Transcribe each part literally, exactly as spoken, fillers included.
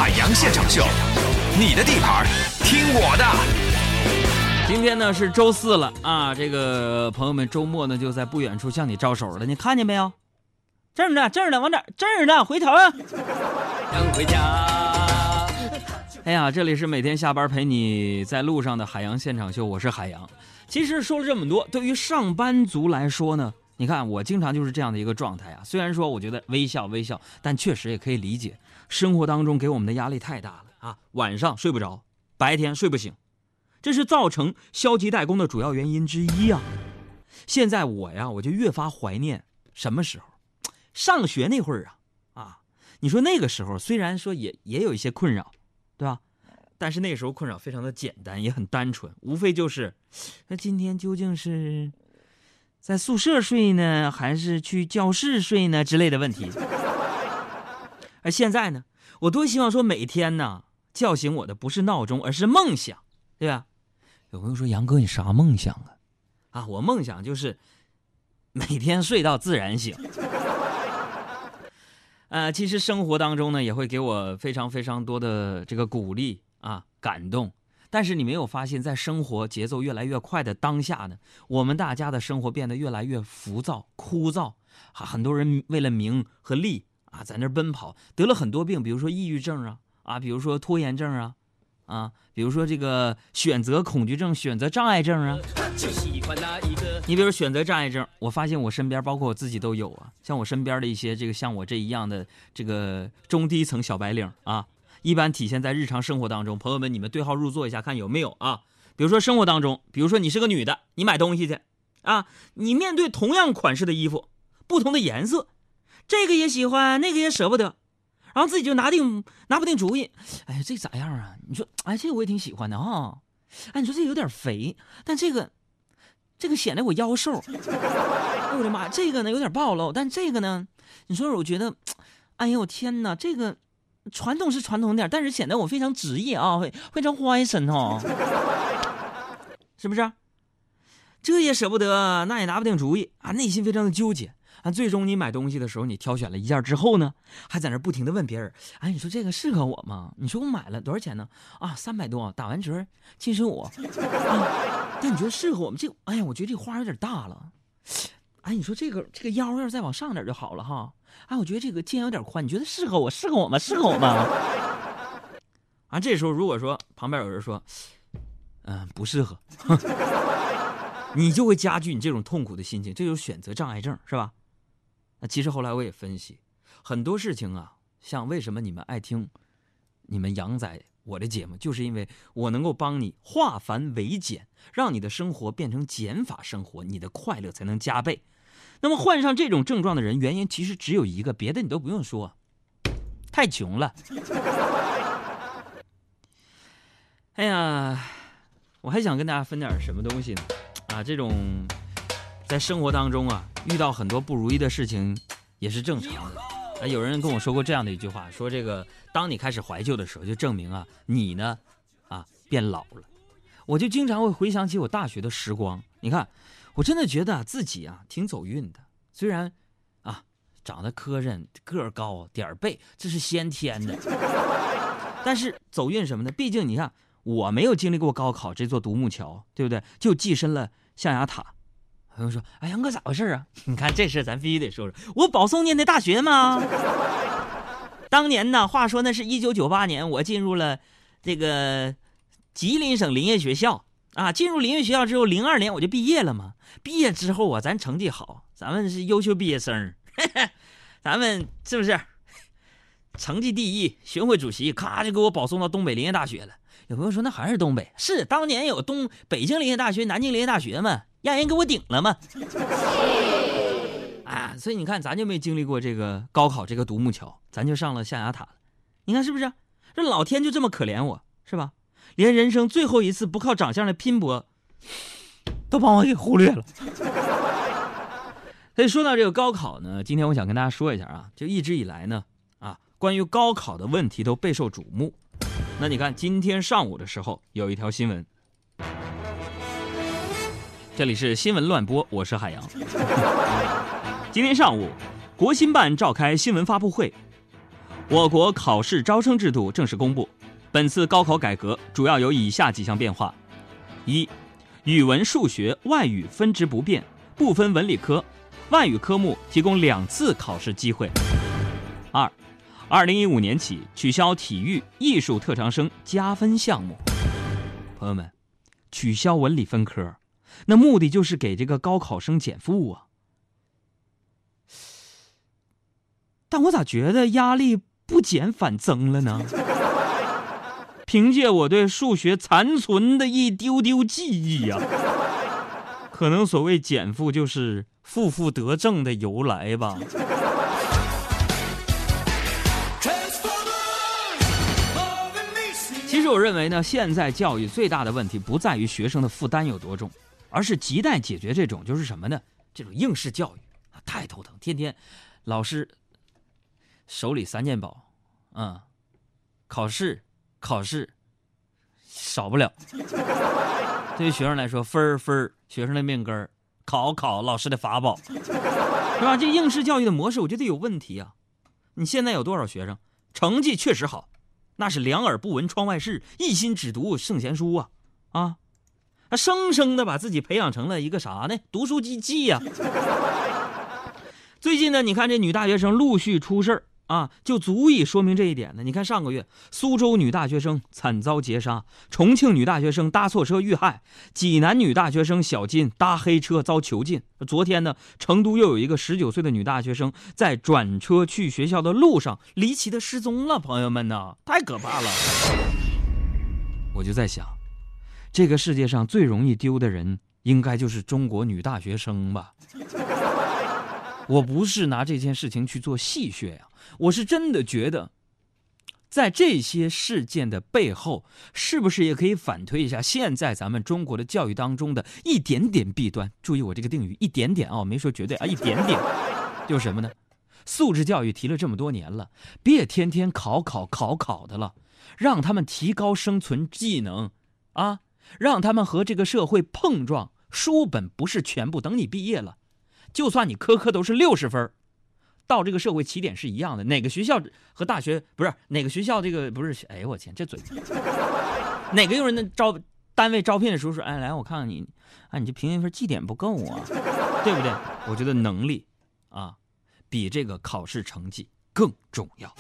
海洋现场秀，你的地盘，听我的。 今天呢是周四了啊，这个朋友们周末呢就在不远处向你招手了，你看见没有？这儿呢，这儿呢，往哪？这儿呢，回头啊！想回家。哎呀，这里是每天下班陪你在路上的海洋现场秀，我是海洋。其实说了这么多，对于上班族来说呢，你看我经常就是这样的一个状态啊。虽然说我觉得微笑微笑，但确实也可以理解，生活当中给我们的压力太大了啊，晚上睡不着，白天睡不醒。这是造成消极怠工的主要原因之一啊！现在我呀，我就越发怀念什么时候？上学那会儿啊，啊，你说那个时候虽然说也也有一些困扰，对吧？但是那时候困扰非常的简单，也很单纯，无非就是那今天究竟是在宿舍睡呢，还是去教室睡呢之类的问题。而现在呢，我多希望说每天呢，叫醒我的不是闹钟，而是梦想，对吧？有朋友说杨哥你啥梦想啊？啊，我梦想就是每天睡到自然醒。呃，其实生活当中呢也会给我非常非常多的这个鼓励啊，感动。但是你没有发现，在生活节奏越来越快的当下呢，我们大家的生活变得越来越浮躁、枯燥啊，很多人为了名和利啊，在那奔跑，得了很多病，比如说抑郁症啊，啊，比如说拖延症啊。啊，比如说这个选择恐惧症、选择障碍症啊，你比如选择障碍症，我发现我身边，包括我自己都有啊。像我身边的一些这个像我这一样的这个中低层小白领啊，一般体现在日常生活当中。朋友们，你们对号入座一下，看有没有啊？比如说生活当中，比如说你是个女的，你买东西去啊，你面对同样款式的衣服，不同的颜色，这个也喜欢，那个也舍不得。然后自己就拿定拿不定主意，哎，这咋样啊？你说，哎，这个我也挺喜欢的哈、哦。哎，你说这个有点肥，但这个，这个显得我腰瘦。哎我的妈，这个呢有点暴露，但这个呢，你说我觉得，哎呦我天哪，这个传统是传统点，但是显得我非常职业啊，非非常花神哦，是不是？这也舍不得，那也拿不定主意啊，内心非常的纠结。啊，最终你买东西的时候，你挑选了一件之后呢，还在那不停的问别人，哎，你说这个适合我吗？你说我买了多少钱呢？啊，三百多，打完折七十五。啊，但你觉得适合我们这？哎呀，我觉得这花有点大了。哎，你说这个这个腰要是再往上点就好了哈。哎，我觉得这个肩有点宽，你觉得适合我？适合我吗？适合我吗？啊，这时候如果说旁边有人说，嗯、呃，不适合，你就会加剧你这种痛苦的心情，这就是选择障碍症，是吧？那其实后来我也分析，很多事情啊，像为什么你们爱听你们杨仔我的节目，就是因为我能够帮你化繁为简，让你的生活变成减法生活，你的快乐才能加倍。那么患上这种症状的人，原因其实只有一个，别的你都不用说，太穷了。哎呀，我还想跟大家分点什么东西呢？啊，这种在生活当中啊，遇到很多不如意的事情也是正常的。啊，有人跟我说过这样的一句话，说这个当你开始怀旧的时候，就证明啊你呢啊变老了。我就经常会回想起我大学的时光，你看我真的觉得、啊、自己啊挺走运的，虽然啊长得磕碜，个儿高，点儿背，这是先天的，但是走运什么呢？毕竟你看我没有经历过高考这座独木桥，对不对？就跻身了象牙塔。朋友说：“哎，杨哥咋回事啊？你看这事咱必须得说说。我保送念的大学嘛，当年呢，话说那是一九九八年，我进入了这个吉林省林业学校啊。进入林业学校之后，零二年我就毕业了嘛。毕业之后啊，咱成绩好，咱们是优秀毕业生，呵呵咱们是不是成绩第一？学会主席咔就给我保送到东北林业大学了。有朋友说那还是东北，是当年有东北京林业大学、南京林业大学嘛。”让人给我顶了吗？啊，所以你看，咱就没经历过这个高考这个独木桥，咱就上了象牙塔了。你看是不是？这老天就这么可怜我，是吧？连人生最后一次不靠长相的拼搏，都帮我给忽略了。所以说到这个高考呢，今天我想跟大家说一下啊，就一直以来呢，啊，关于高考的问题都备受瞩目。那你看，今天上午的时候有一条新闻。这里是新闻乱播，我是海洋。今天上午，国新办召开新闻发布会， 我国考试招生制度正式公布，本次高考改革主要有以下几项变化：一、语文、数学、外语分值不变，不分文理科，外语科目提供两次考试机会。二、二零一五年起取消体育、艺术特长生加分项目。朋友们，取消文理分科，那目的就是给这个高考生减负啊。但我咋觉得压力不减反增了呢？凭借我对数学残存的一丢丢记忆呀、啊，可能所谓减负就是负负得正的由来吧。其实我认为呢，现在教育最大的问题不在于学生的负担有多重，而是亟待解决这种就是什么呢？这种应试教育啊，太头疼，天天老师手里三件宝，嗯，考试考试少不了。对于学生来说，分儿分儿学生的命根儿，考考老师的法宝，是吧？这应试教育的模式，我觉得有问题啊。你现在有多少学生成绩确实好，那是两耳不闻窗外事，一心只读圣贤书啊啊！他生生的把自己培养成了一个啥呢？读书机器呀、啊！最近呢，你看这女大学生陆续出事儿啊，就足以说明这一点呢。你看上个月，苏州女大学生惨遭劫杀，重庆女大学生搭错车遇害，济南女大学生小金搭黑车遭囚禁。昨天呢，成都又有一个十九岁的女大学生在转车去学校的路上离奇的失踪了。朋友们呢，太可怕了！我就在想，这个世界上最容易丢的人，应该就是中国女大学生吧。我不是拿这件事情去做戏谑呀、啊，我是真的觉得，在这些事件的背后，是不是也可以反推一下现在咱们中国的教育当中的一点点弊端？注意我这个定语，一点点啊、哦，没说绝对啊，一点点，就是什么呢？素质教育提了这么多年了，别天天考考考考的了，让他们提高生存技能啊，让他们和这个社会碰撞。书本不是全部，等你毕业了。就算你科科都是六十分，到这个社会起点是一样的。哪个学校和大学不是哪个学校？这个不是？哎，我天，这嘴！哪个用人的招单位招聘的时候说，哎，来，我看看你，啊，你这平均分绩点不够啊，对不对？我觉得能力啊，比这个考试成绩更重要。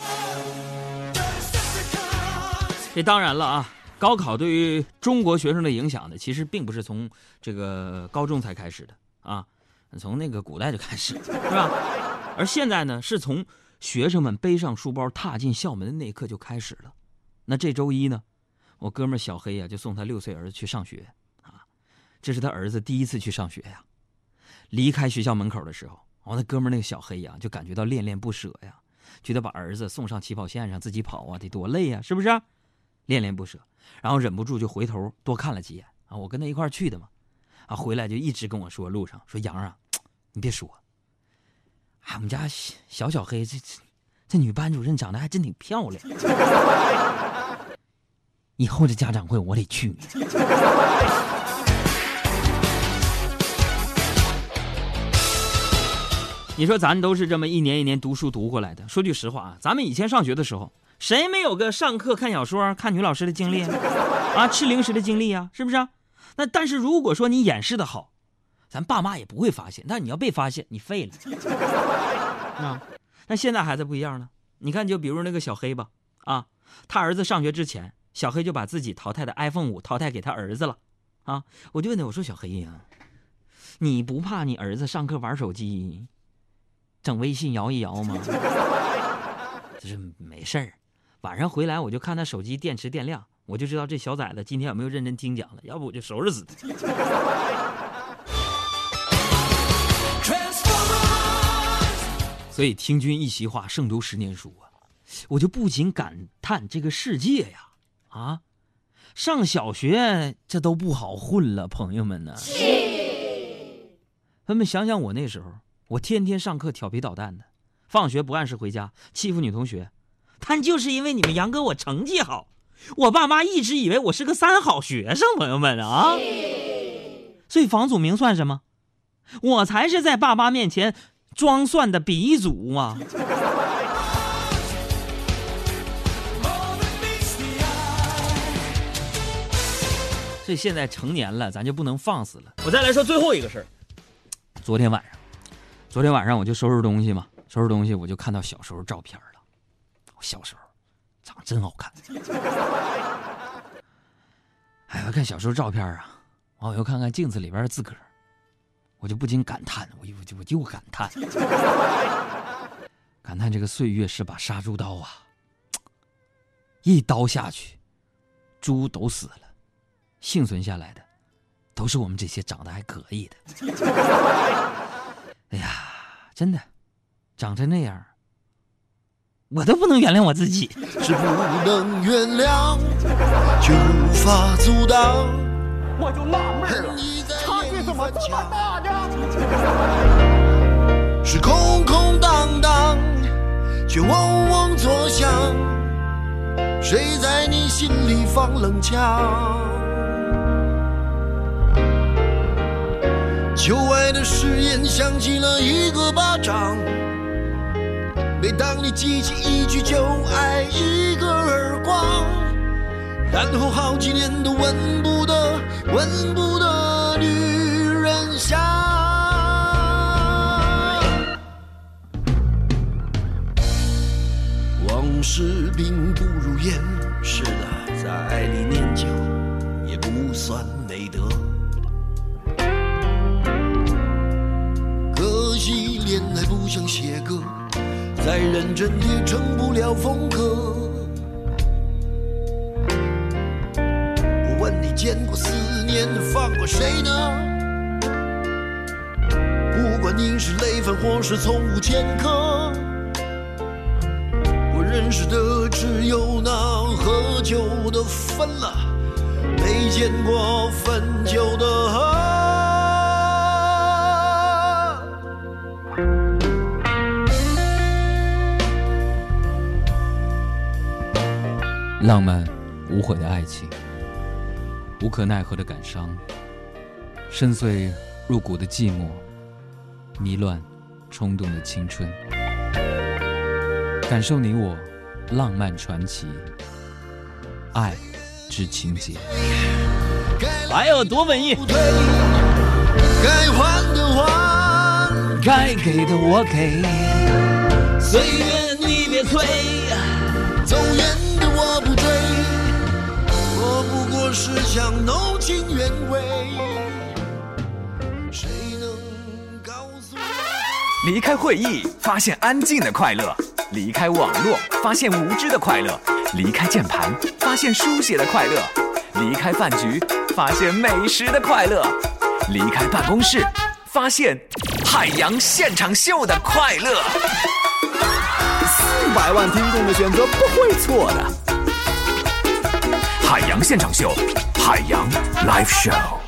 这当然了啊，高考对于中国学生的影响呢，其实并不是从这个高中才开始的啊。从那个古代就开始，是吧？而现在呢，是从学生们背上书包踏进校门的那一刻就开始了。那这周一呢，我哥们儿小黑呀、啊，就送他六岁儿子去上学啊。这是他儿子第一次去上学呀。离开学校门口的时候，我那哥们儿那个小黑呀、啊，就感觉到恋恋不舍呀，觉得把儿子送上起跑线上自己跑啊，得多累呀，是不是、啊？恋恋不舍，然后忍不住就回头多看了几眼啊。我跟他一块儿去的嘛。啊，回来就一直跟我说，路上说杨啊，你别说，啊，我们家小小黑这这这女班主任长得还真挺漂亮，以后这家长会我得去。你说咱都是这么一年一年读书读过来的，说句实话啊，咱们以前上学的时候，谁没有个上课看小说、看女老师的经历啊，吃零食的经历啊，是不是啊？那但是如果说你掩饰的好，咱爸妈也不会发现。但你要被发现，你废了啊！那现在孩子不一样了，你看，就比如那个小黑吧，啊，他儿子上学之前，小黑就把自己淘汰的 iPhone 五淘汰给他儿子了啊！我就问他，我说小黑呀，你不怕你儿子上课玩手机，整微信摇一摇吗？这是没事儿，晚上回来我就看他手机电池电量。我就知道这小崽子今天有没有认真听讲了，要不我就收拾死他。所以听君一席话，胜读十年书啊！我就不禁感叹这个世界呀，啊，上小学这都不好混了，朋友们呢。他们想想我那时候，我天天上课调皮捣蛋的，放学不按时回家，欺负女同学，但就是因为你们杨哥我成绩好。我爸妈一直以为我是个三好学生，朋友们啊，所以房祖名算什么？我才是在爸妈面前装蒜的鼻祖啊！ 所以现在成年了，咱就不能放肆了。我再来说最后一个事儿。昨天晚上，昨天晚上我就收拾东西嘛，收拾东西我就看到小时候照片了。我小时候长得真好看。哎，我看小时候照片啊，完我又看看镜子里边的自个儿，我就不禁感叹，我就我就我就感叹，感叹这个岁月是把杀猪刀啊，一刀下去，猪都死了，幸存下来的都是我们这些长得还可以的。哎呀，真的，长成那样，我都不能原谅我自己。 是不能原谅，却无法阻挡。 我就纳闷了，差距怎么这么大呢？ 是空空荡荡，却嗡嗡作响。谁在你心里放冷枪？旧爱的誓言响起了一个巴掌。每当你记起一句就爱，一个耳光，然后好几年都闻不得闻不得女人香。往事并不如烟，是的，在爱里念旧也不算美德。可惜恋爱不像写歌，再认真也成不了风格。我问你，见过思念放过谁呢？不管你是累犯或是从无前科，我认识的只有那喝酒的分了，没见过分酒的喝。 浪漫无悔的爱情，无可奈何的感伤，深邃入骨的寂寞，迷乱冲动的青春，感受你我浪漫传奇，爱之情节。哎呦，多文艺！ 该还的还， 该给的我给， 岁月你别催，走远的我不追，我不过是想弄清原委。谁能告诉我？ 离开会议，发现安静的快乐；离开网络，发现无知的快乐；离开键盘，发现书写的快乐；离开饭局，发现美食的快乐；离开办公室，发现海洋现场秀的快乐。 四百万听众的选择不会错的。 海洋现场秀，海洋 Live Show。